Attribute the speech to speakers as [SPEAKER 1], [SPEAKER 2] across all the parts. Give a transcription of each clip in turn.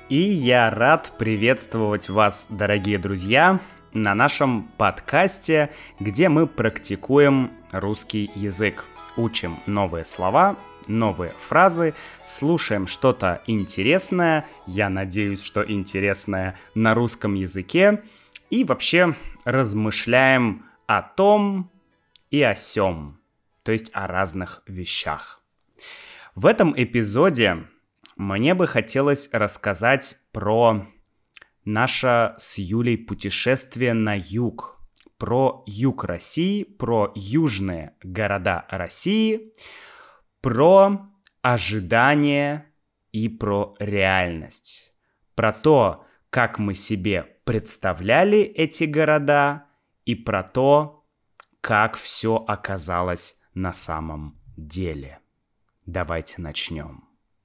[SPEAKER 1] И я рад приветствовать вас, дорогие друзья, на нашем подкасте, где мы практикуем русский язык. Учим новые слова, новые фразы, слушаем что-то интересное, я надеюсь, что интересное на русском языке, и вообще размышляем о том и о сём, то есть о разных вещах. В этом эпизоде мне бы хотелось рассказать про наше с Юлей путешествие на юг, про юг России, про южные города России, про ожидания и про реальность, про то, как мы себе представляли эти города и про то, как все оказалось на самом деле. Давайте начнем.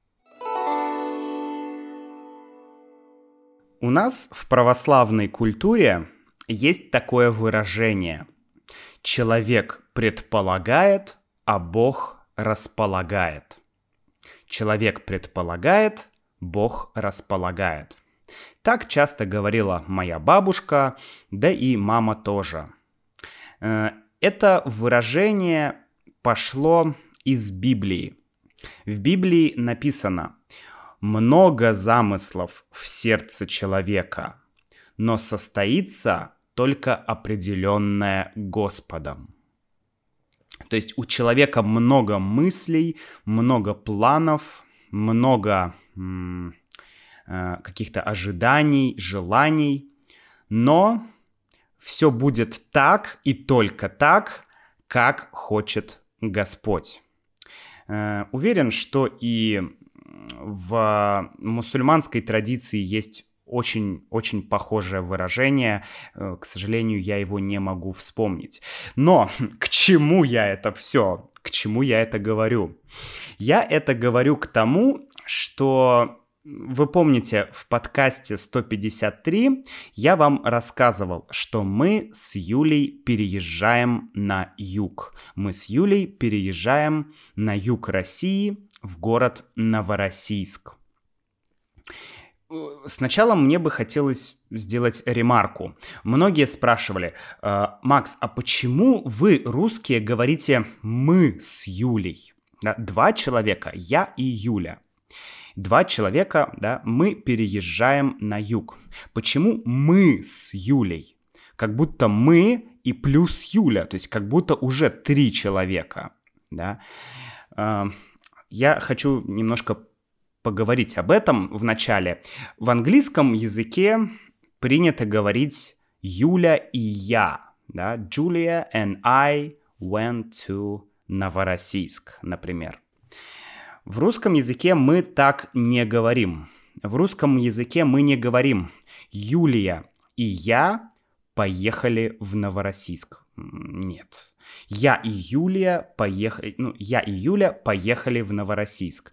[SPEAKER 1] У нас в православной культуре есть такое выражение: человек предполагает, а Бог располагает. Человек предполагает, Бог располагает. Так часто говорила моя бабушка, да и мама тоже. Это выражение пошло из Библии. В Библии написано: «Много замыслов в сердце человека, но состоится только определенное Господом». То есть у человека много мыслей, много планов, много каких-то ожиданий, желаний, но все будет так и только так, как хочет Господь. Уверен, что и в мусульманской традиции есть очень похожее выражение. К сожалению, я его не могу вспомнить. Но к чему я это все? К чему я это говорю? Я это говорю к тому, что вы помните, в подкасте 153 я вам рассказывал, что мы с Юлей переезжаем на юг. Мы с Юлей переезжаем на юг России, в город Новороссийск. Сначала мне бы хотелось сделать ремарку. Многие спрашивали: Макс, а почему вы, русские, говорите «мы с Юлей»? Да, два человека, я и Юля. Два человека, да, мы переезжаем на юг. Почему мы с Юлей? Как будто мы и плюс Юля, то есть как будто уже три человека, да. Я хочу немножко поговорить об этом в начале. В английском языке принято говорить Юля и я, да. Julia and I went to Новороссийск, например. В русском языке мы так не говорим. В русском языке мы не говорим «Юлия и я поехали в Новороссийск». Нет. Я и Юля поехали в Новороссийск.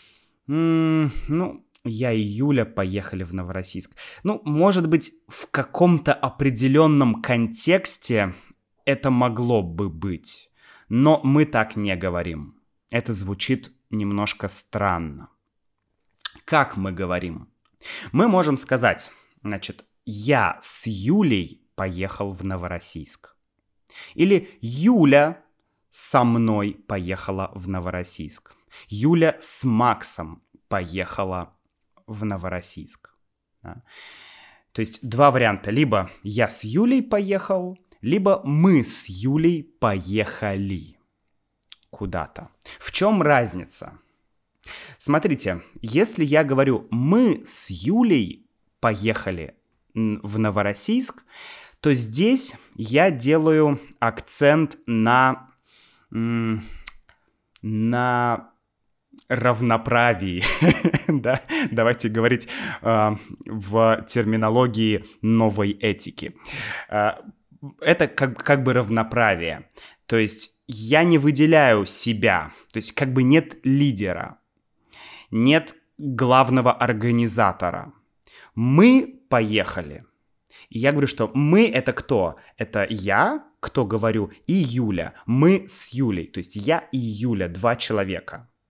[SPEAKER 1] Я и Юля поехали в Новороссийск. Может быть, в каком-то определенном контексте это могло бы быть. Но мы так не говорим. Это звучит немножко странно. Как мы говорим? Мы можем сказать, значит, я с Юлей поехал в Новороссийск. Или Юля со мной поехала в Новороссийск. Юля с Максом поехала в Новороссийск. Да? То есть два варианта. Либо я с Юлей поехал, либо мы с Юлей поехали куда-то. В чем разница? Смотрите, если я говорю «мы с Юлей поехали в Новороссийск», то здесь я делаю акцент на равноправии. Да? Давайте говорить в терминологии новой этики. Это как бы равноправие. То есть я не выделяю себя, то есть как бы нет лидера, нет главного организатора. Мы поехали. И я говорю, что мы — это кто? Это я, кто говорю, и Юля. Мы с Юлей, то есть я и Юля, два человека.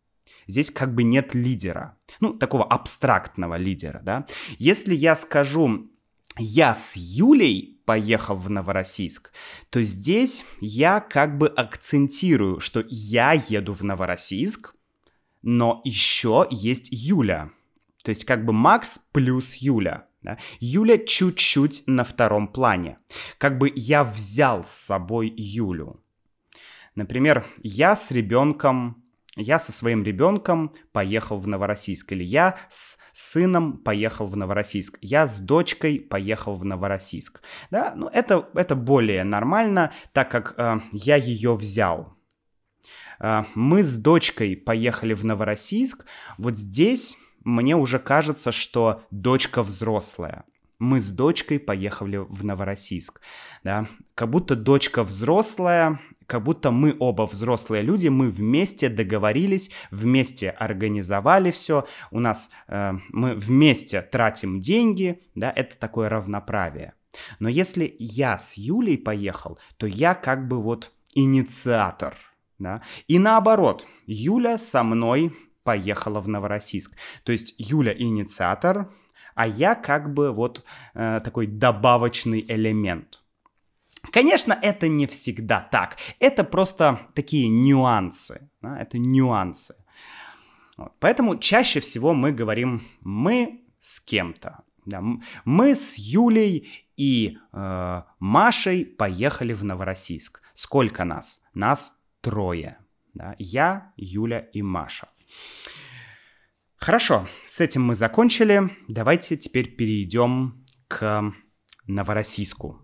[SPEAKER 1] Здесь как бы нет лидера, ну, такого абстрактного лидера, да. Если я скажу «я с Юлей поехал в Новороссийск», то здесь я как бы акцентирую, что я еду в Новороссийск, но еще есть Юля. То есть как бы Макс плюс Юля. Да? Юля чуть-чуть на втором плане. Как бы я взял с собой Юлю. Например, я со своим ребенком поехал в Новороссийск. Или я с сыном поехал в Новороссийск. Я с дочкой поехал в Новороссийск. Да? Ну, это более нормально, так как я ее взял. Мы с дочкой поехали в Новороссийск. Вот здесь мне уже кажется, что дочка взрослая. Мы с дочкой поехали в Новороссийск. Да? Как будто дочка взрослая, как будто мы оба взрослые люди, мы вместе договорились, вместе организовали все, мы вместе тратим деньги, да, это такое равноправие. Но если я с Юлей поехал, то я как бы вот инициатор, да, и наоборот, Юля со мной поехала в Новороссийск, то есть Юля инициатор, а я как бы вот такой добавочный элемент. Конечно, это не всегда так. Это просто такие нюансы. Да? Это нюансы. Вот. Поэтому чаще всего мы говорим «мы с кем-то». Да? Мы с Юлей и Машей поехали в Новороссийск. Сколько нас? Нас 3. Да? Я, Юля и Маша. Хорошо, с этим мы закончили. Давайте теперь перейдем к Новороссийску.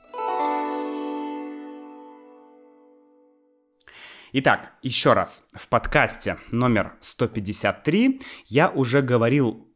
[SPEAKER 1] Итак, еще раз, в подкасте номер 153 я уже говорил,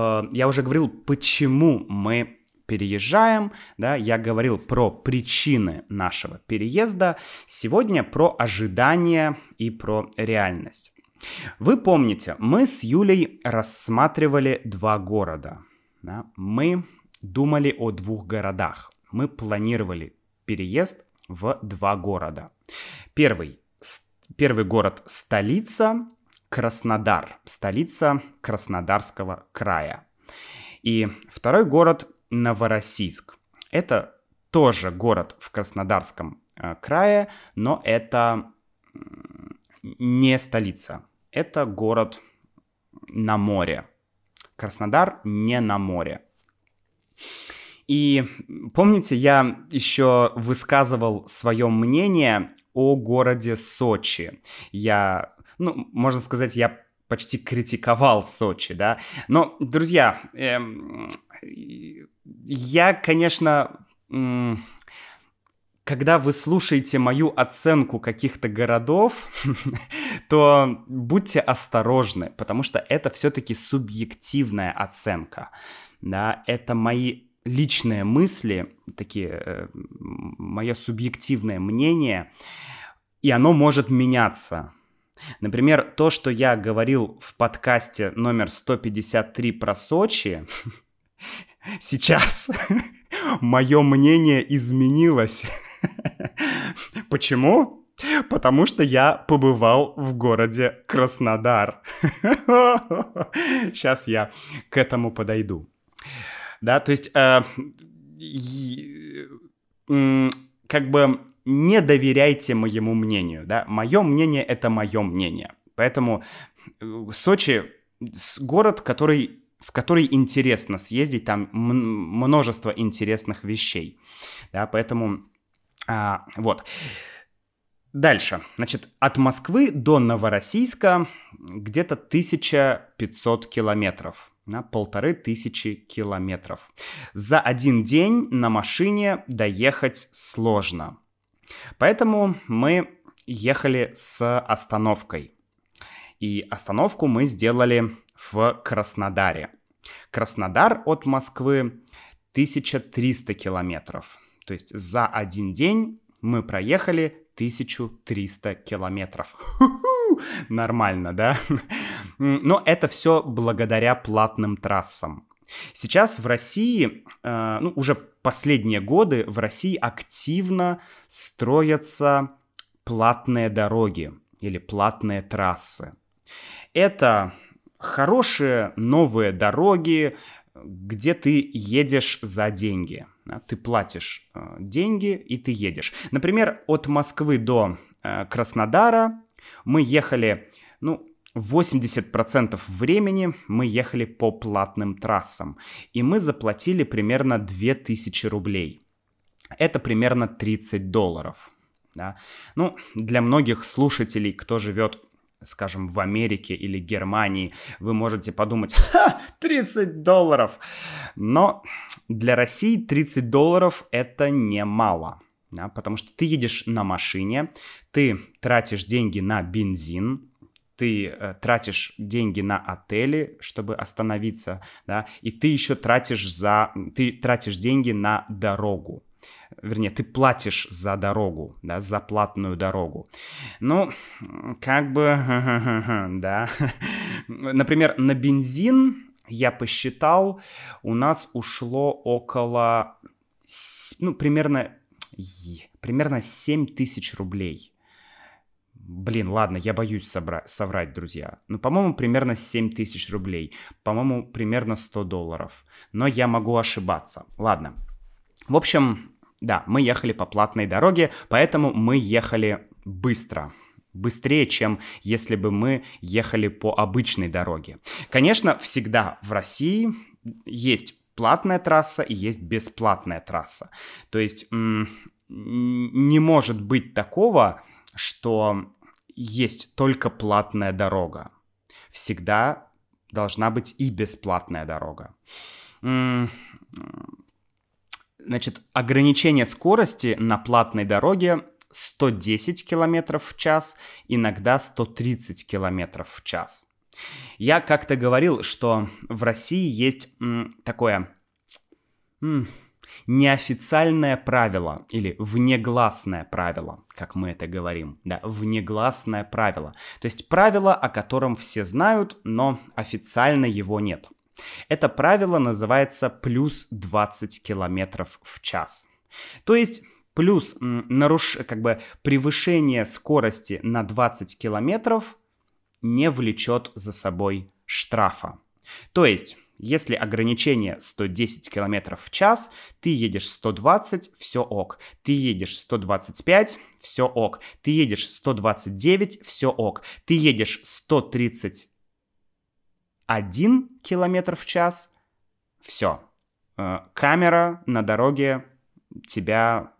[SPEAKER 1] почему мы переезжаем, да, я говорил про причины нашего переезда, сегодня про ожидания и про реальность. Вы помните, мы с Юлей рассматривали 2 города, да? Мы думали о 2 городах, мы планировали переезд в 2 города. Первый город — столица Краснодар, столица Краснодарского края. И второй город — Новороссийск. Это тоже город в Краснодарском крае, но это не столица. Это город на море. Краснодар не на море. И помните, я еще высказывал свое мнение о городе Сочи. Можно сказать, я почти критиковал Сочи, да. Но, друзья, я, конечно, когда вы слушаете мою оценку каких-то городов, то будьте осторожны, потому что это все-таки субъективная оценка, да, это мои личные мысли, мое субъективное мнение, и оно может меняться. Например, то, что я говорил в подкасте номер 153 про Сочи, сейчас мое мнение изменилось. Почему? Потому что я побывал в городе Краснодар. Сейчас я к этому подойду. Да, то есть, как бы не доверяйте моему мнению, да, мое мнение — это мое мнение, поэтому Сочи — город, в который интересно съездить, там множество интересных вещей, да, поэтому вот. Дальше, значит, от Москвы до Новороссийска где-то 1500 километров. На 1500 километров. За один день на машине доехать сложно. Поэтому мы ехали с остановкой. И остановку мы сделали в Краснодаре. Краснодар от Москвы 1300 километров. То есть за один день мы проехали 1300 километров. Нормально, да? Но это все благодаря платным трассам. Сейчас в России, уже последние годы в России активно строятся платные дороги или платные трассы. Это хорошие новые дороги, где ты едешь за деньги. Ты платишь деньги, и ты едешь. Например, от Москвы до Краснодара мы ехали, 80% времени мы ехали по платным трассам. И мы заплатили примерно 2000 рублей. Это примерно $30. Да? Для многих слушателей, кто живет, скажем, в Америке или Германии, вы можете подумать, $30. Но для России $30 это немало. Да? Потому что ты едешь на машине, ты тратишь деньги на бензин, ты тратишь деньги на отели, чтобы остановиться, да, и ты еще тратишь деньги на дорогу. Вернее, ты платишь за дорогу, да, за платную дорогу. Да. Например, на бензин, я посчитал, у нас ушло около, примерно 7000 рублей. Блин, ладно, я боюсь соврать, друзья. По-моему, примерно 7000 рублей. По-моему, примерно $100. Но я могу ошибаться. Ладно. В общем, да, мы ехали по платной дороге, поэтому мы ехали быстро. Быстрее, чем если бы мы ехали по обычной дороге. Конечно, всегда в России есть платная трасса и есть бесплатная трасса. То есть не может быть такого, что есть только платная дорога. Всегда должна быть и бесплатная дорога. Значит, ограничение скорости на платной дороге 110 км в час, иногда 130 км в час. Я как-то говорил, что в России есть такое неофициальное правило или внегласное правило, как мы это говорим. Да, внегласное правило. То есть правило, о котором все знают, но официально его нет. Это правило называется плюс 20 км в час. То есть превышение скорости на 20 км не влечет за собой штрафа. То есть, если ограничение 110 км в час, ты едешь 120, все ок. Ты едешь 125, все ок. Ты едешь 129, все ок. Ты едешь 131 км в час, все. Камера на дороге тебя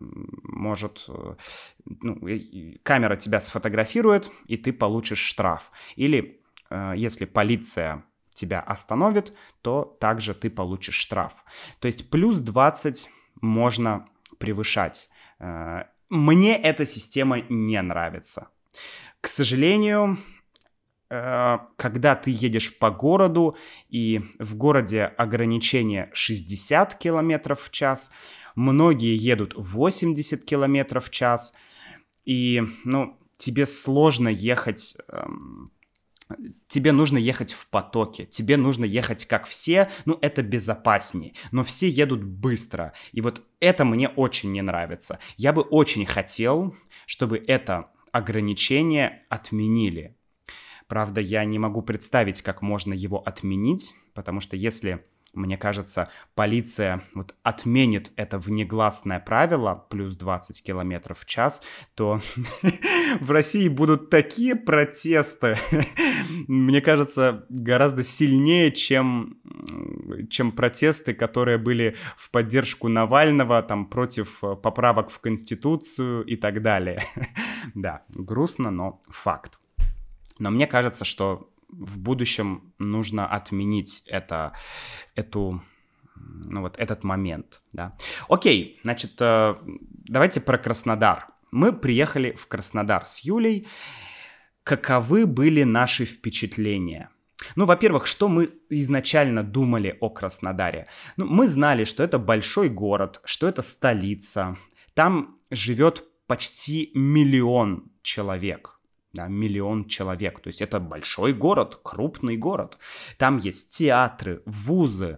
[SPEAKER 1] камера тебя сфотографирует, и ты получишь штраф. Или если полиция тебя остановит, то также ты получишь штраф. То есть плюс 20 можно превышать. Мне эта система не нравится. К сожалению, когда ты едешь по городу, и в городе ограничение 60 км в час, многие едут 80 км в час, и, тебе сложно ехать... Тебе нужно ехать в потоке, тебе нужно ехать как все, это безопаснее, но все едут быстро, и вот это мне очень не нравится. Я бы очень хотел, чтобы это ограничение отменили. Правда, я не могу представить, как можно его отменить, потому что если, мне кажется, полиция отменит это внегласное правило, плюс 20 км в час, то в России будут такие протесты, мне кажется, гораздо сильнее, чем протесты, которые были в поддержку Навального, против поправок в Конституцию и так далее. Да, грустно, но факт. Но мне кажется, что в будущем нужно отменить этот момент. Да. Окей, значит, давайте про Краснодар. Мы приехали в Краснодар с Юлей. Каковы были наши впечатления? Во-первых, что мы изначально думали о Краснодаре? Мы знали, что это большой город, что это столица. Там живет почти 1 миллион человек. Да, 1 миллион человек. То есть это большой город, крупный город. Там есть театры, вузы,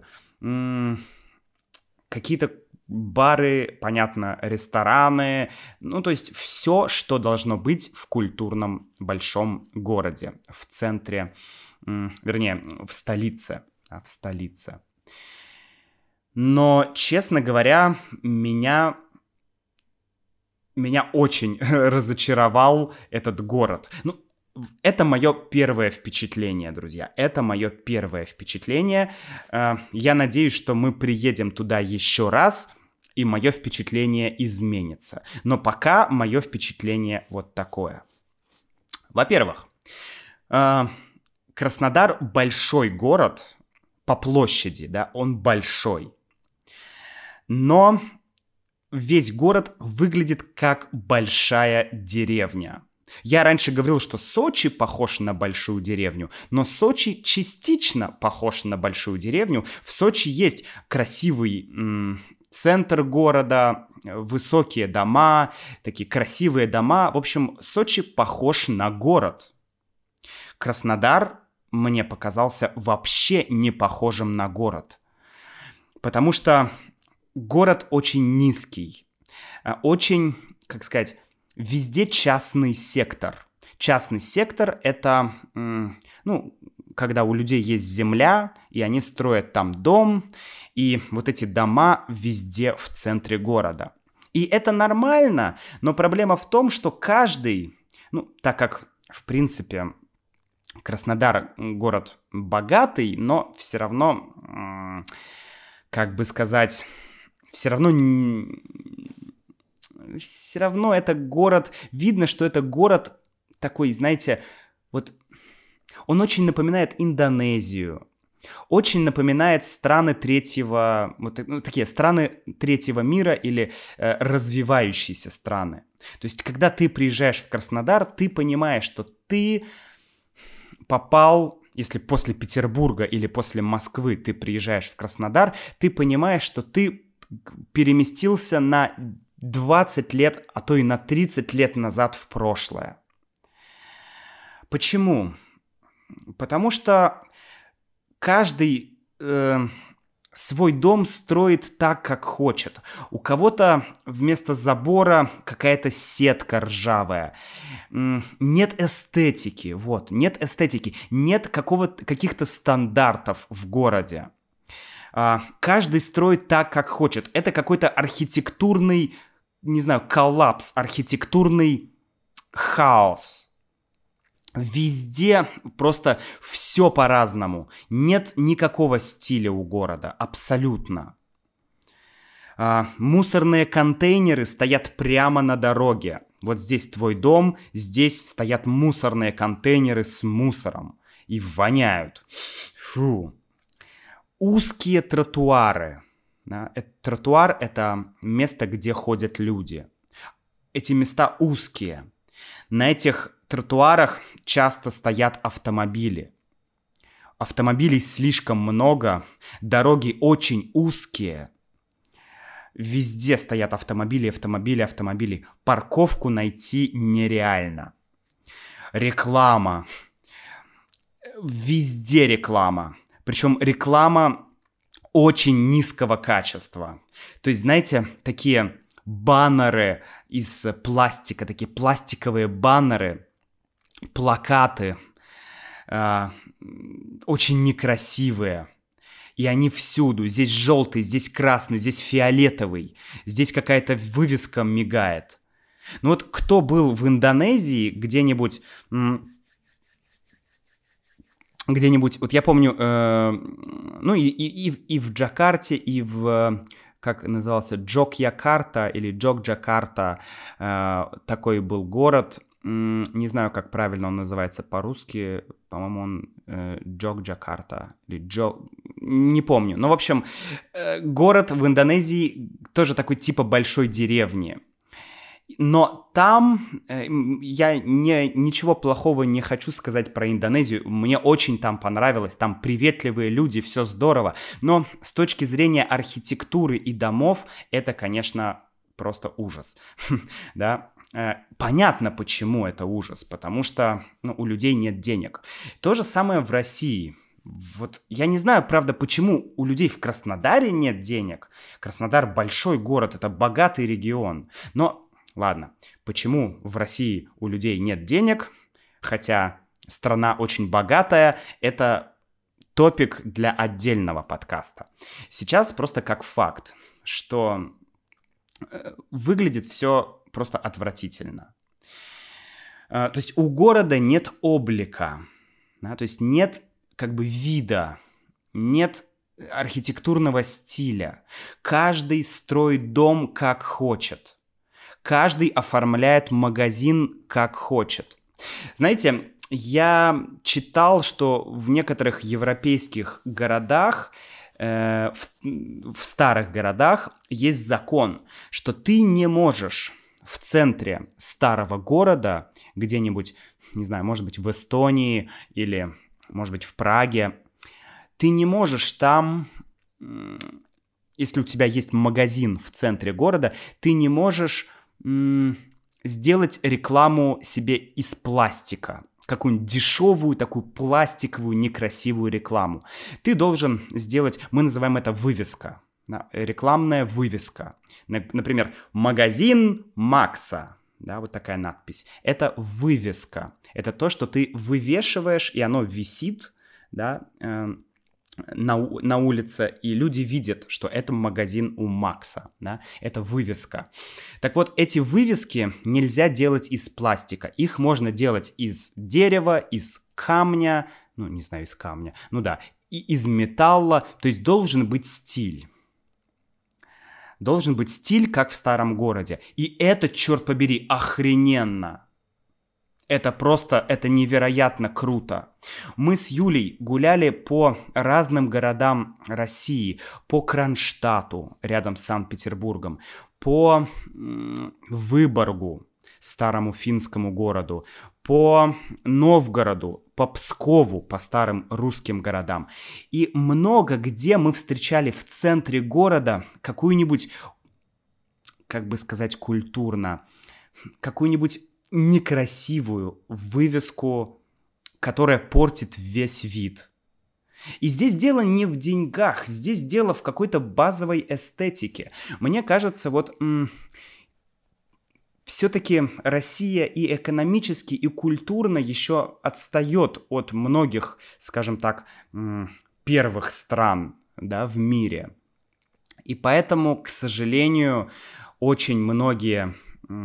[SPEAKER 1] какие-то бары, понятно, рестораны. То есть все, что должно быть в культурном большом городе, в центре вернее, в столице. В столице. Но, честно говоря, меня очень разочаровал этот город. Ну, это мое первое впечатление, друзья. Это мое первое впечатление. Я надеюсь, что мы приедем туда еще раз, и мое впечатление изменится. Но пока мое впечатление вот такое. Во-первых, Краснодар большой город по площади, да, он большой. Но весь город выглядит как большая деревня. Я раньше говорил, что Сочи похож на большую деревню, но Сочи частично похож на большую деревню. В Сочи есть красивый центр города, высокие дома, такие красивые дома. В общем, Сочи похож на город. Краснодар мне показался вообще не похожим на город. Потому что город очень низкий. Очень, как сказать, везде частный сектор. Частный сектор — это, когда у людей есть земля, и они строят там дом, и вот эти дома везде в центре города. И это нормально, но проблема в том, что каждый, так как, в принципе, Краснодар город богатый, но все равно, как бы сказать, все равно это город, видно, что это город такой, знаете, вот он очень напоминает Индонезию, очень напоминает страны третьего, такие страны третьего мира или развивающиеся страны. То есть, когда ты приезжаешь в Краснодар, ты понимаешь, что ты попал, если после Петербурга или после Москвы ты приезжаешь в Краснодар, ты понимаешь, что ты переместился на 20 лет, а то и на 30 лет назад в прошлое. Почему? Потому что каждый свой дом строит так, как хочет. У кого-то вместо забора какая-то сетка ржавая. Нет эстетики, нет эстетики, нет каких-то стандартов в городе. Каждый строит так, как хочет. Это какой-то архитектурный, не знаю, коллапс, архитектурный хаос. Везде просто все по-разному. Нет никакого стиля у города, абсолютно. Мусорные контейнеры стоят прямо на дороге. Вот здесь твой дом, здесь стоят мусорные контейнеры с мусором. И воняют. Фу. Узкие тротуары. Да? Тротуар — это место, где ходят люди. Эти места узкие. На этих тротуарах часто стоят автомобили. Автомобилей слишком много, дороги очень узкие. Везде стоят автомобили. Парковку найти нереально. Реклама. Везде реклама. Причем реклама очень низкого качества. То есть, знаете, такие баннеры из пластика, такие пластиковые баннеры, плакаты, очень некрасивые. И они всюду. Здесь желтый, здесь красный, здесь фиолетовый. Здесь какая-то вывеска мигает. Ну вот кто был в Индонезии где-нибудь, вот я помню, и в Джакарте, и в, как назывался, Джокьякарта или Джокджакарта, такой был город. Не знаю, как правильно он называется по-русски. По-моему, он Джокджакарта или не помню. Но, в общем, город в Индонезии тоже такой типа большой деревни. Но там я ничего плохого не хочу сказать про Индонезию. Мне очень там понравилось. Там приветливые люди, все здорово. Но с точки зрения архитектуры и домов, это, конечно, просто ужас. Да? Понятно, почему это ужас. Потому что у людей нет денег. То же самое в России. Вот я не знаю, правда, почему у людей в Краснодаре нет денег. Краснодар большой город, это богатый регион. Но ладно, почему в России у людей нет денег, хотя страна очень богатая, это топик для отдельного подкаста. Сейчас просто как факт, что выглядит все просто отвратительно. То есть у города нет облика, да, то есть нет как бы вида, нет архитектурного стиля. Каждый строит дом как хочет. Каждый оформляет магазин как хочет. Знаете, я читал, что в некоторых европейских городах, в старых городах есть закон, что ты не можешь в центре старого города, где-нибудь, не знаю, может быть, в Эстонии или, может быть, в Праге, ты не можешь там, если у тебя есть магазин в центре города, ты не можешь сделать рекламу себе из пластика. Какую-нибудь дешевую, такую пластиковую, некрасивую рекламу. Ты должен сделать, мы называем это вывеска. Да, рекламная вывеска. Например, магазин Макса. Да, вот такая надпись. Это вывеска. Это то, что ты вывешиваешь, и оно висит, да, на улице, и люди видят, что это магазин у Макса, да, это вывеска. Так вот, эти вывески нельзя делать из пластика, их можно делать из дерева, из камня, ну, не знаю, из камня, ну да, и из металла, то есть должен быть стиль. Должен быть стиль, как в старом городе, и это, черт побери, охрененно. Это просто, это невероятно круто. Мы с Юлей гуляли по разным городам России, по Кронштадту, рядом с Санкт-Петербургом, по Выборгу, старому финскому городу, по Новгороду, по Пскову, по старым русским городам. И много где мы встречали в центре города какую-нибудь, как бы сказать культурно, какую-нибудь некрасивую вывеску, которая портит весь вид. И здесь дело не в деньгах, здесь дело в какой-то базовой эстетике. Мне кажется, вот все-таки Россия и экономически, и культурно еще отстает от многих, скажем так, первых стран, да, в мире. И поэтому, к сожалению, очень многие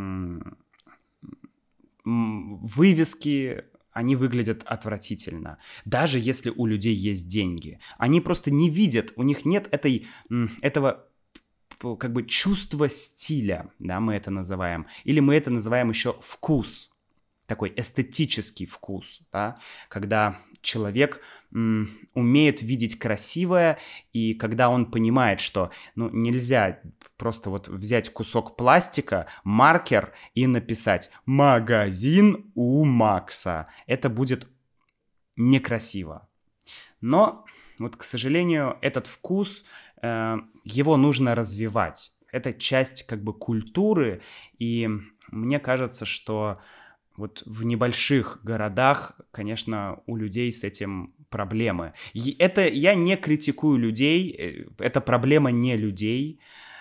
[SPEAKER 1] вывески, они выглядят отвратительно. Даже если у людей есть деньги. Они просто не видят, у них нет этого как бы чувства стиля, да, мы это называем. Или мы это называем еще вкус. Такой эстетический вкус, да, когда человек умеет видеть красивое, и когда он понимает, что нельзя просто вот взять кусок пластика, маркер и написать «Магазин у Макса». Это будет некрасиво. Но, вот, к сожалению, этот вкус, его нужно развивать. Это часть как бы культуры, и мне кажется, что вот в небольших городах, конечно, у людей с этим проблемы. И это я не критикую людей, это проблема не людей.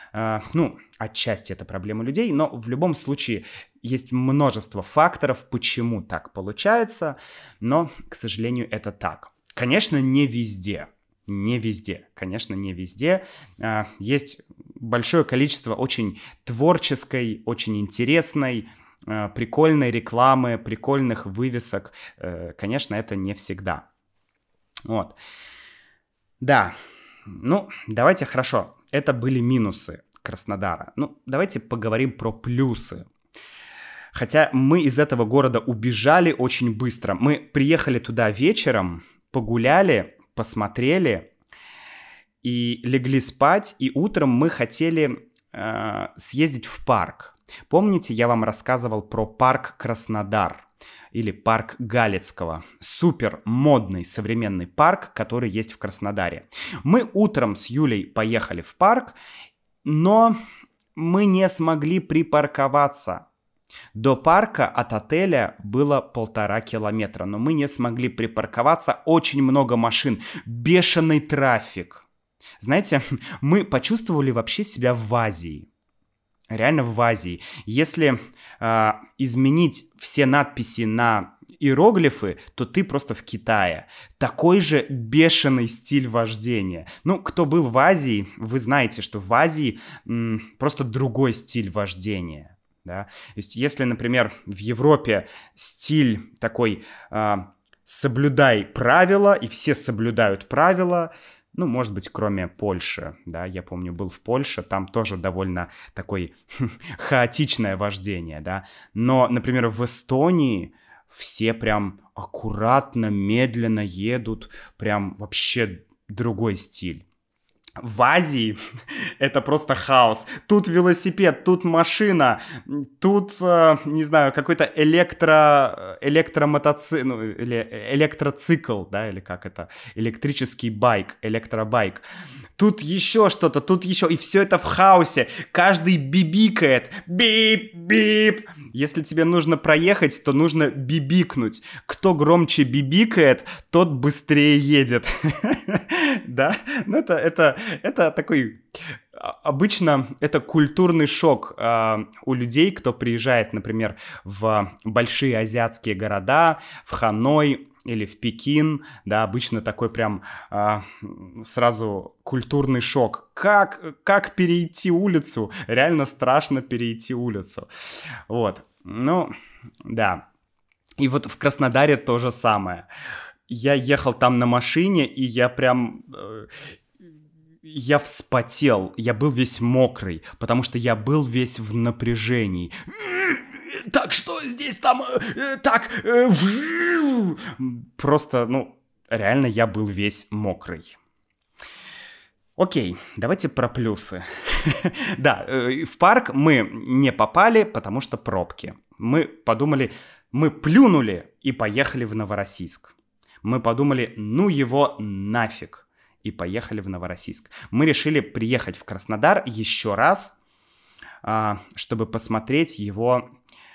[SPEAKER 1] Отчасти это проблема людей, но в любом случае есть множество факторов, почему так получается, но, к сожалению, это так. Конечно, не везде. Не везде, конечно, не везде. Есть большое количество очень творческой, очень интересной, прикольной рекламы, прикольных вывесок. Конечно, это не всегда. Вот. Да, давайте, хорошо. Это были минусы Краснодара. Давайте поговорим про плюсы. Хотя мы из этого города убежали очень быстро. Мы приехали туда вечером, погуляли, посмотрели и легли спать. И утром мы хотели съездить в парк. Помните, я вам рассказывал про парк Краснодар или парк Галицкого. Супер модный современный парк, который есть в Краснодаре. Мы утром с Юлей поехали в парк, но мы не смогли припарковаться. До парка от отеля было 1,5 километра, но мы не смогли припарковаться. Очень много машин, бешеный трафик. Знаете, мы почувствовали вообще себя в Азии. Реально в Азии. Если изменить все надписи на иероглифы, то ты просто в Китае. Такой же бешеный стиль вождения. Ну, кто был в Азии, вы знаете, что в Азии просто другой стиль вождения. Да? То есть если, например, в Европе стиль такой «соблюдай правила», и все соблюдают правила, ну, может быть, кроме Польши, да, я помню, был в Польше, там тоже довольно такое хаотичное вождение, да, но, например, в Эстонии все прям аккуратно, медленно едут, прям вообще другой стиль. В Азии это просто хаос. Тут велосипед, тут машина, тут, не знаю, какой-то электромотоцикл, ну, или электроцикл, да, или как это, электрический байк, электробайк. Тут еще что-то, тут еще, и все это в хаосе. Каждый бибикает. Бип-бип. Если тебе нужно проехать, то нужно бибикнуть. Кто громче бибикает, тот быстрее едет. Да? Ну, это такой... Обычно это культурный шок у людей, кто приезжает, например, в большие азиатские города, в Ханой или в Пекин, да, обычно такой прям сразу культурный шок. Как перейти улицу? Реально страшно перейти улицу. Вот, ну, да. И вот в Краснодаре то же самое. Я ехал там на машине, и я прям... Я вспотел, я был весь мокрый, потому что я был весь в напряжении. Так, что здесь там? Так... Просто, ну, реально я был весь мокрый. Окей, давайте про плюсы. Да, в парк мы не попали, потому что пробки. Мы подумали, мы плюнули и поехали в Новороссийск. Мы подумали, ну его нафиг. И поехали в Новороссийск. Мы решили приехать в Краснодар еще раз, чтобы посмотреть его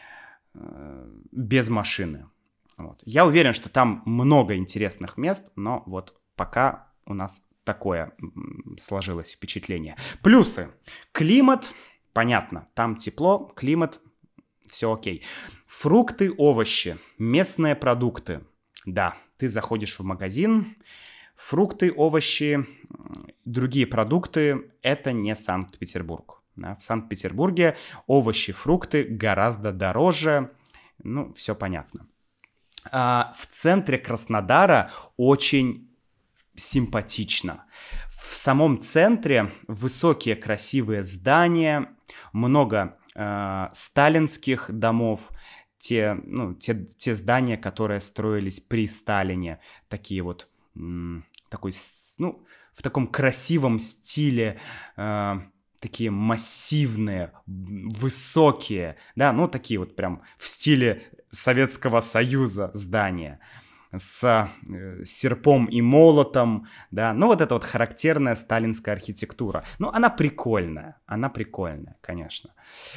[SPEAKER 1] без машины. Вот. Я уверен, что там много интересных мест, но вот пока у нас такое сложилось впечатление. Плюсы. Климат, понятно, там тепло, климат, все окей. Фрукты, овощи, местные продукты. Да, ты заходишь в магазин, фрукты, овощи, другие продукты — это не Санкт-Петербург. Да? В Санкт-Петербурге овощи, фрукты гораздо дороже. Ну, все понятно. В центре Краснодара очень симпатично. В самом центре высокие красивые здания, много сталинских домов, те здания, которые строились при Сталине, такие вот такой, ну, в таком красивом стиле, такие массивные, высокие, да, ну, такие вот прям в стиле Советского Союза здания с серпом и молотом, да, ну, вот это вот характерная сталинская архитектура. Ну, она прикольная, конечно.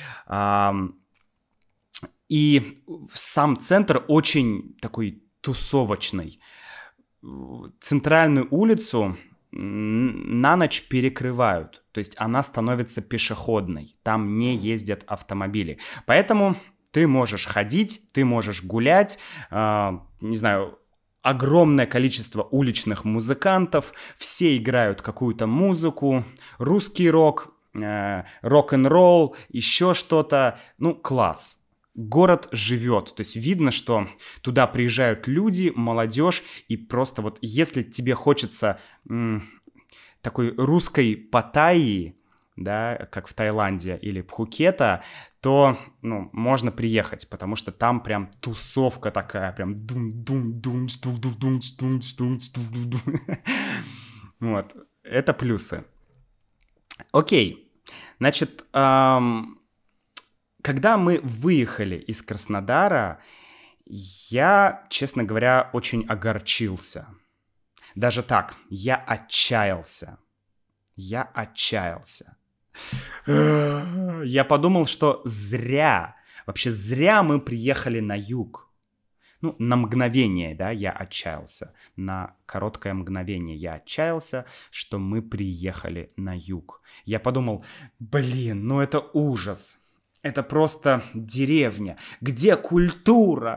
[SPEAKER 1] И сам центр очень такой тусовочный. Центральную улицу на ночь перекрывают, то есть она становится пешеходной, там не ездят автомобили, поэтому ты можешь ходить, ты можешь гулять, не знаю, огромное количество уличных музыкантов, все играют какую-то музыку, русский рок, рок-н-ролл, еще что-то, ну, класс. Город живет, то есть видно, что туда приезжают люди, молодежь, и просто вот если тебе хочется такой русской Паттайи, да, как в Таиланде, или Пхукета, то, ну, можно приехать, потому что там прям тусовка такая, прям дум-дум-дум, вот, это плюсы. Окей, значит, когда мы выехали из Краснодара, я, честно говоря, очень огорчился. Даже так, я отчаялся. Я подумал, что вообще зря мы приехали на юг. Ну, на мгновение, да, я отчаялся. На короткое мгновение я отчаялся, что мы приехали на юг. Я подумал, блин, ну это ужас. это просто деревня. Где культура?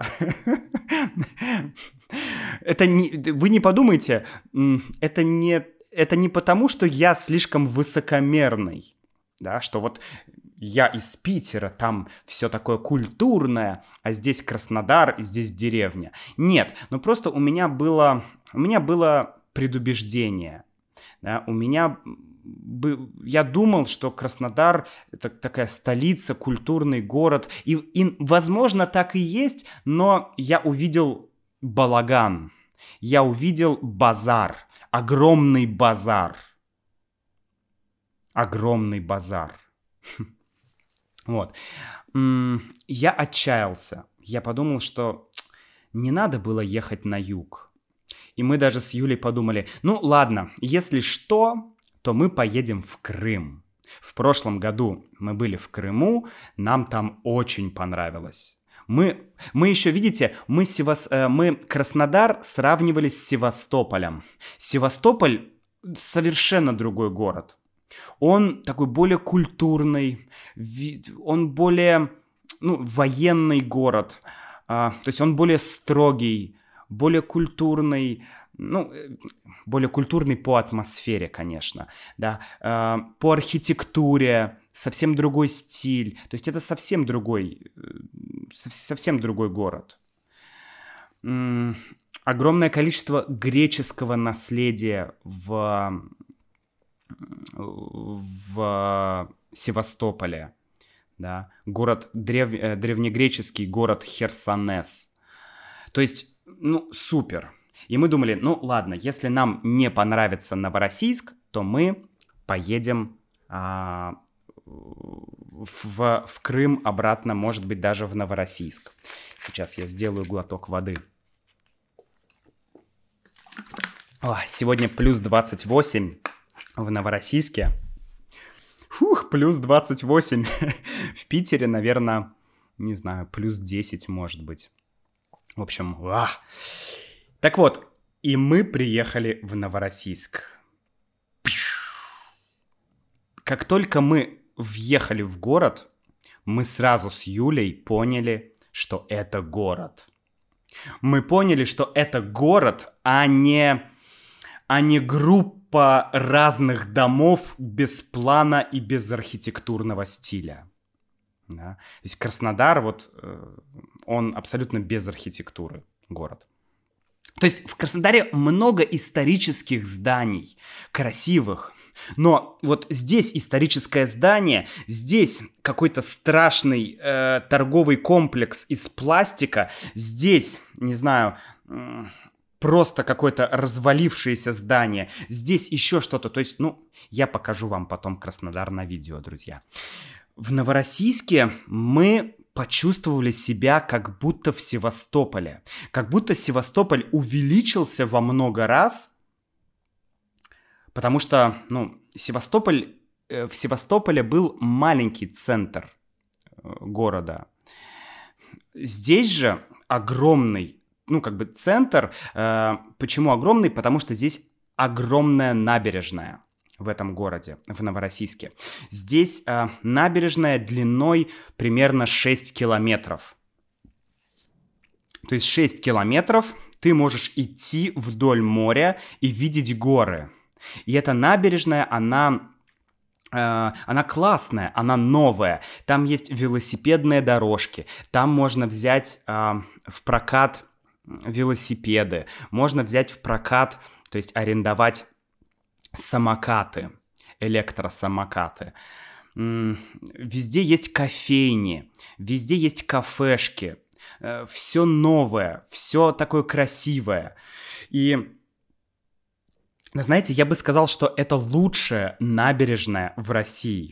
[SPEAKER 1] Вы не подумайте, это не потому, что я слишком высокомерный, да, что вот я из Питера, там все такое культурное, а здесь Краснодар, и здесь деревня. Нет, но просто у меня было предубеждение. Да, я думал, что Краснодар — это такая столица, культурный город. И, возможно, так и есть, но я увидел балаган. Я увидел базар. Огромный базар. Огромный базар. Вот. Я отчаялся. Я подумал, что не надо было ехать на юг. И мы даже с Юлей подумали, ну ладно, если что, то мы поедем в Крым. В прошлом году мы были в Крыму, нам там очень понравилось. Мы еще, видите, мы Краснодар сравнивали с Севастополем. Севастополь совершенно другой город. Он такой более культурный, он более военный город, то есть он более строгий, более культурный, более культурный по атмосфере, конечно, да, по архитектуре, совсем другой стиль, то есть это совсем другой город. Огромное количество греческого наследия в Севастополе, да, древнегреческий город Херсонес. То есть, супер. И мы думали, ладно, если нам не понравится Новороссийск, то мы поедем в Крым обратно, может быть, даже в Новороссийск. Сейчас я сделаю глоток воды. Сегодня плюс 28 в Новороссийске. Плюс 28. В Питере, наверное, не знаю, плюс 10, может быть. В общем, Так вот, и мы приехали в Новороссийск. Как только мы въехали в город, мы сразу с Юлей поняли, что это город. Мы поняли, что это город, а не группа разных домов без плана и без архитектурного стиля. Да? То есть Краснодар, он абсолютно без архитектуры город. То есть в Краснодаре много исторических зданий, красивых. Но вот здесь историческое здание, здесь какой-то страшный торговый комплекс из пластика, здесь, не знаю, просто какое-то развалившееся здание, здесь еще что-то. То есть, я покажу вам потом Краснодар на видео, друзья. В Новороссийске мы почувствовали себя как будто в Севастополе. Как будто Севастополь увеличился во много раз, потому что, в Севастополе был маленький центр города. Здесь же огромный, центр. Почему огромный? Потому что здесь огромная набережная. В этом городе, в Новороссийске. Здесь набережная длиной примерно 6 километров. То есть 6 километров ты можешь идти вдоль моря и видеть горы. И эта набережная, она классная, она новая. Там есть велосипедные дорожки. Там можно взять в прокат велосипеды. Можно взять в прокат, то есть арендовать самокаты, электросамокаты. Везде есть кофейни, везде есть кафешки. Все новое, все такое красивое. И, знаете, я бы сказал, что это лучшая набережная в России.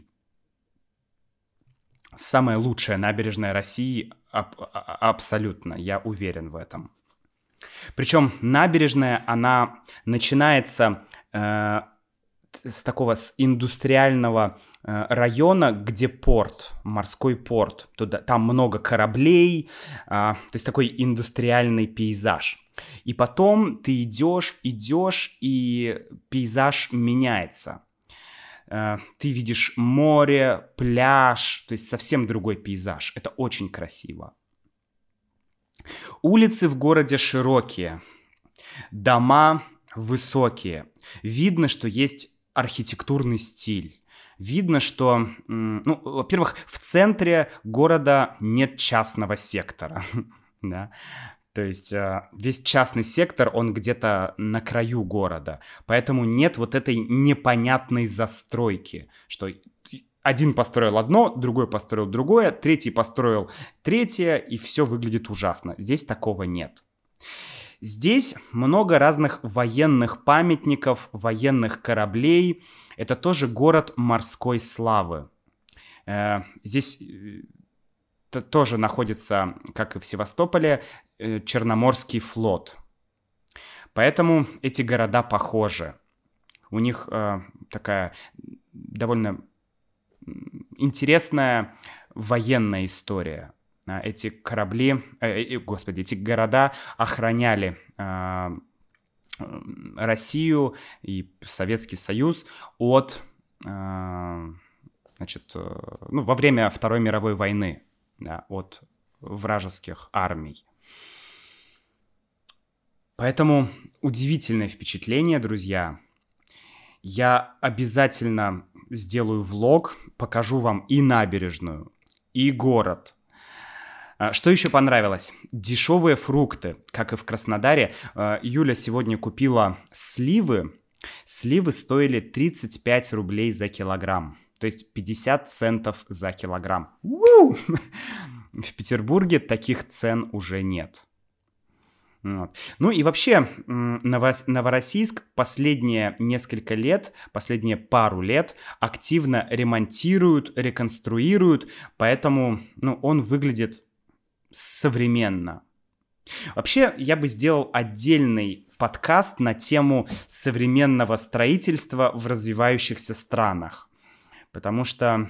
[SPEAKER 1] Самая лучшая набережная России абсолютно, я уверен в этом. Причем набережная, она начинается с индустриального района, где порт, морской порт. Там много кораблей, то есть такой индустриальный пейзаж. И потом ты идешь, и пейзаж меняется. ты видишь море, пляж, то есть совсем другой пейзаж. Это очень красиво. Улицы в городе широкие, дома высокие. Видно, что есть архитектурный стиль. Видно, что, во-первых, в центре города нет частного сектора, да. То есть весь частный сектор, он где-то на краю города. Поэтому нет вот этой непонятной застройки, что один построил одно, другой построил другое, третий построил третье, и все выглядит ужасно. Здесь такого нет. Здесь много разных военных памятников, военных кораблей. Это тоже город морской славы. Здесь тоже находится, как и в Севастополе, Черноморский флот. Поэтому эти города похожи. У них такая довольно интересная военная история. Эти корабли, эти города охраняли Россию и Советский Союз от, во время Второй мировой войны, да, от вражеских армий. Поэтому удивительное впечатление, друзья. Я обязательно сделаю влог, покажу вам и набережную, и город. Что еще понравилось? Дешевые фрукты, как и в Краснодаре. Юля сегодня купила сливы. Сливы стоили 35 рублей за килограмм. То есть 50 центов за килограмм. В Петербурге таких цен уже нет. Вот. Ну и вообще, Новороссийск последние несколько лет, последние пару лет активно ремонтируют, реконструируют, поэтому он выглядит современно. Вообще, я бы сделал отдельный подкаст на тему современного строительства в развивающихся странах, потому что,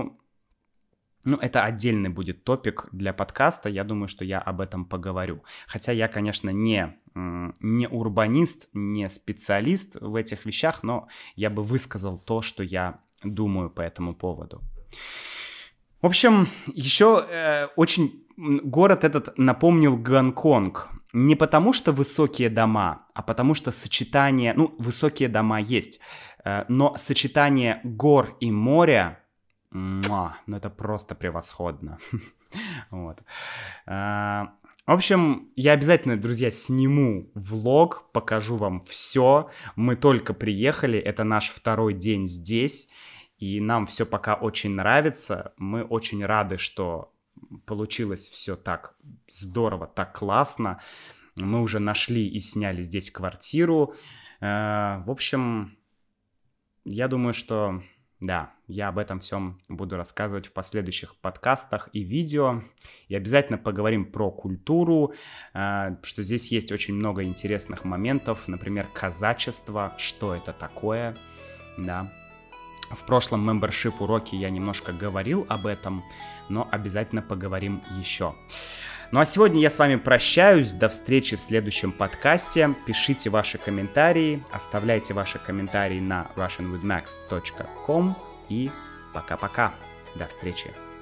[SPEAKER 1] это отдельный будет топик для подкаста, я думаю, что я об этом поговорю. Хотя я, конечно, не урбанист, не специалист в этих вещах, но я бы высказал то, что я думаю по этому поводу. В общем, еще город этот напомнил Гонконг. Не потому, что высокие дома, а потому, что сочетание... высокие дома есть, но сочетание гор и моря... это просто превосходно. Вот. В общем, я обязательно, друзья, сниму влог, покажу вам все. Мы только приехали, это наш второй день здесь, и нам все пока очень нравится. Мы очень рады, что получилось все так здорово, так классно. Мы уже нашли и сняли здесь квартиру. В общем, я думаю, что... Да, я об этом всем буду рассказывать в последующих подкастах и видео. И обязательно поговорим про культуру, что здесь есть очень много интересных моментов. Например, казачество, что это такое, да. В прошлом membership уроке я немножко говорил об этом, но обязательно поговорим еще. Ну а сегодня я с вами прощаюсь. До встречи в следующем подкасте. Пишите ваши комментарии, оставляйте ваши комментарии на russianwithmax.com и пока-пока. До встречи.